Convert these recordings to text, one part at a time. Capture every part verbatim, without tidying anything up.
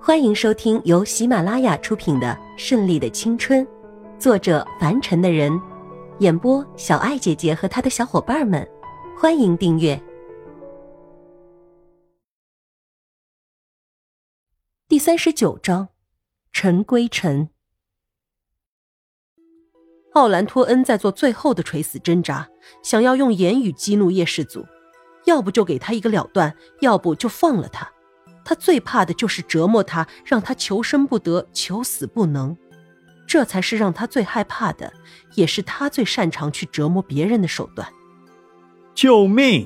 欢迎收听由喜马拉雅出品的《顺利的青春》，作者凡尘的人，演播小爱姐姐和她的小伙伴们。欢迎订阅。第三十九章，尘归尘。奥兰托恩在做最后的垂死挣扎，想要用言语激怒叶氏族，要不就给他一个了断，要不就放了他。他最怕的就是折磨他，让他求生不得，求死不能。这才是让他最害怕的，也是他最擅长去折磨别人的手段。 救命！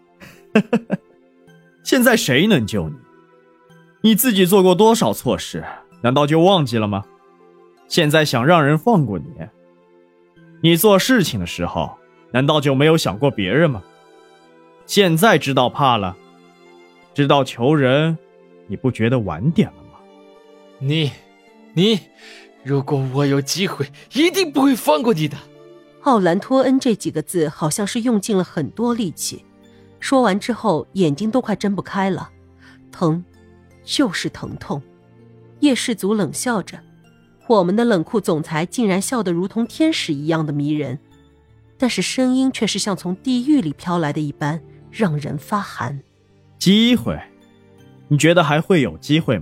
现在谁能救你？你自己做过多少错事，难道就忘记了吗？现在想让人放过你？你做事情的时候，难道就没有想过别人吗？现在知道怕了，知道求人，你不觉得晚点了吗？ 你，你，如果我有机会，一定不会放过你的。 奥兰托恩这几个字好像是用尽了很多力气，说完之后眼睛都快睁不开了，疼，就是疼痛。叶氏族冷笑着，我们的冷酷总裁竟然笑得如同天使一样的迷人，但是声音却是像从地狱里飘来的一般，让人发寒。 机会？你觉得还会有机会吗？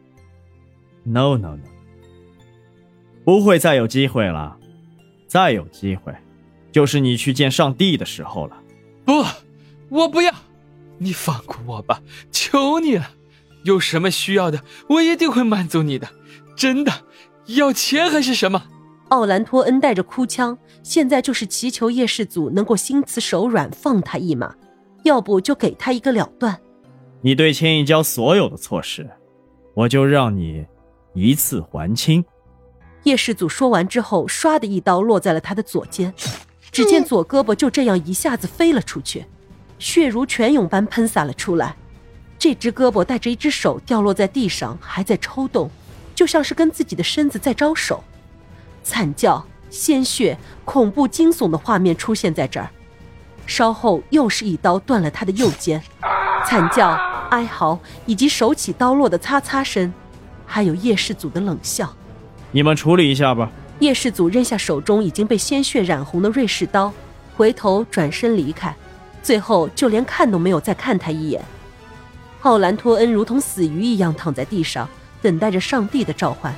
No no no， 不会再有机会了。再有机会，就是你去见上帝的时候了。 不，我不要，你放过我吧，求你了。有什么需要的，我一定会满足你的。真的，要钱还是什么？ 奥兰托恩带着哭腔，现在就是祈求叶氏族能够心慈手软，放他一马，要不就给他一个了断。 你对千一娇所有的错事，我就让你一次还清。 叶氏祖说完之后，唰的一刀落在了他的左肩，只见左胳膊就这样一下子飞了出去，血如泉涌般喷洒了出来。这只胳膊带着一只手掉落在地上，还在抽动，就像是跟自己的身子在招手。惨叫、鲜血、恐怖惊悚的画面出现在这儿。稍后又是一刀断了他的右肩，惨叫、哀嚎以及手起刀落的擦擦声，还有叶氏祖的冷笑。 你们处理一下吧。 叶氏祖扔下手中已经被鲜血染红的瑞士刀，回头转身离开，最后就连看都没有再看他一眼。奥兰托恩如同死鱼一样躺在地上，等待着上帝的召唤。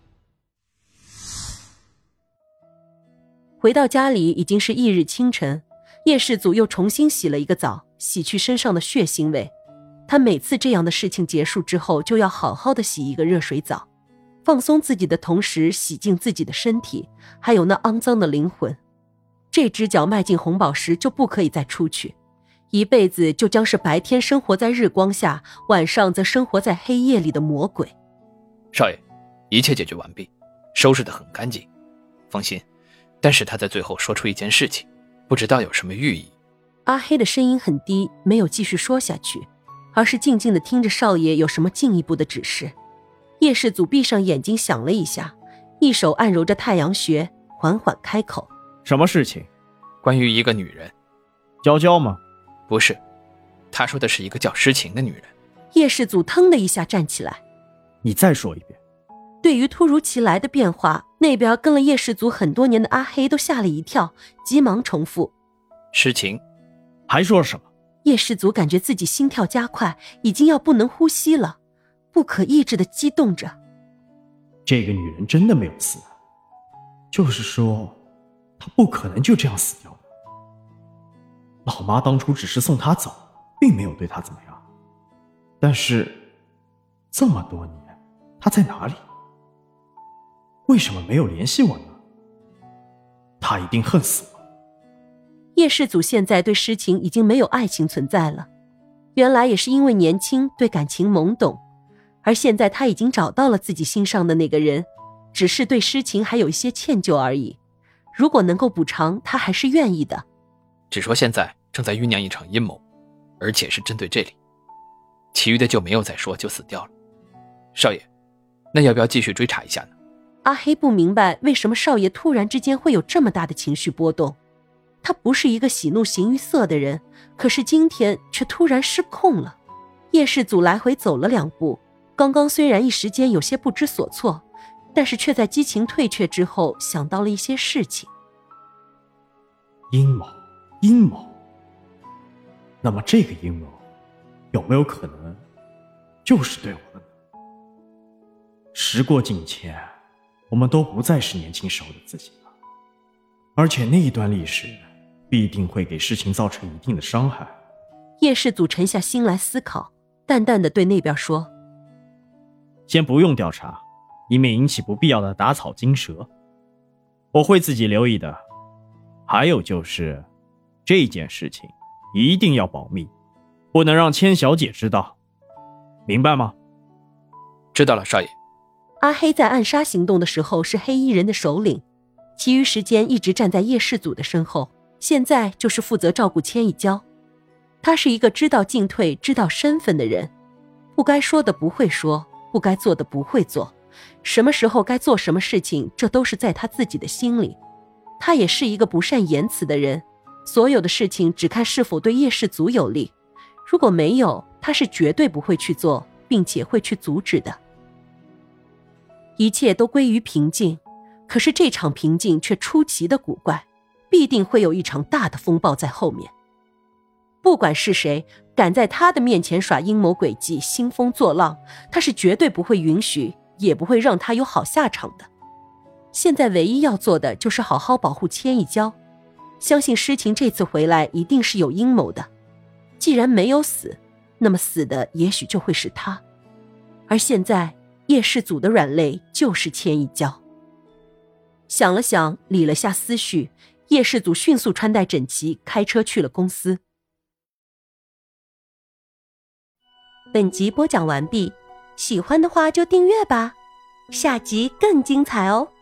回到家里已经是翌日清晨，叶氏祖又重新洗了一个澡，洗去身上的血腥味。他每次这样的事情结束之后，就要好好的洗一个热水澡，放松自己的同时洗净自己的身体，还有那肮脏的灵魂。这只脚迈进红宝石就不可以再出去，一辈子就将是白天生活在日光下，晚上则生活在黑夜里的魔鬼。 少爷，一切解决完毕，收拾得很干净，放心。但是他在最后说出一件事情，不知道有什么寓意。 阿黑的声音很低，没有继续说下去，而是静静地听着少爷有什么进一步的指示。叶氏祖闭上眼睛想了一下，一手按揉着太阳穴，缓缓开口。 什么事情？ 关于一个女人。 娇娇吗？ 不是，他说的是一个叫诗情的女人。 叶氏祖腾的一下站起来。 你再说一遍。 对于突如其来的变化，那边跟了叶氏族很多年的阿黑都吓了一跳，急忙重复。 诗情。 还说什么？ 叶氏族感觉自己心跳加快，已经要不能呼吸了，不可抑制地激动着。 这个女人真的没有死，就是说她不可能就这样死掉的。老妈当初只是送她走，并没有对她怎么样，但是这么多年她在哪里？为什么没有联系我呢？她一定恨死我。 叶氏祖现在对诗情已经没有爱情存在了，原来也是因为年轻，对感情懵懂，而现在他已经找到了自己心上的那个人，只是对诗情还有一些歉疚而已。如果能够补偿，他还是愿意的。 只说现在正在酝酿一场阴谋，而且是针对这里，其余的就没有再说，就死掉了。少爷，那要不要继续追查一下呢？ 阿黑不明白为什么少爷突然之间会有这么大的情绪波动。他不是一个喜怒形于色的人，可是今天却突然失控了。叶氏祖来回走了两步， 刚刚虽然一时间有些不知所措，但是却在激情退却之后想到了一些事情。 阴谋，阴谋。那么这个阴谋有没有可能就是对我们的？时过境迁，我们都不再是年轻时候的自己了，而且那一段历史必定会给事情造成一定的伤害。 叶氏祖沉下心来思考，淡淡的对那边说： 先不用调查，以免引起不必要的打草惊蛇，我会自己留意的。还有就是这件事情一定要保密，不能让千小姐知道，明白吗？ 知道了，少爷。 阿黑在暗杀行动的时候是黑衣人的首领，其余时间一直站在叶氏祖的身后，现在就是负责照顾千一娇。他是一个知道进退、知道身份的人，不该说的不会说，不该做的不会做，什么时候该做什么事情，这都是在他自己的心里。他也是一个不善言辞的人，所有的事情只看是否对叶氏族有利，如果没有，他是绝对不会去做，并且会去阻止的。一切都归于平静，可是这场平静却出奇的古怪，必定会有一场大的风暴在后面。不管是谁敢在他的面前耍阴谋诡计、兴风作浪，他是绝对不会允许，也不会让他有好下场的。现在唯一要做的就是好好保护千一娇，相信诗情这次回来一定是有阴谋的。既然没有死，那么死的也许就会是他。而现在叶氏祖的软肋就是千一娇。想了想，理了下思绪，叶氏祖迅速穿戴整齐，开车去了公司。本集播讲完毕，喜欢的话就订阅吧，下集更精彩哦。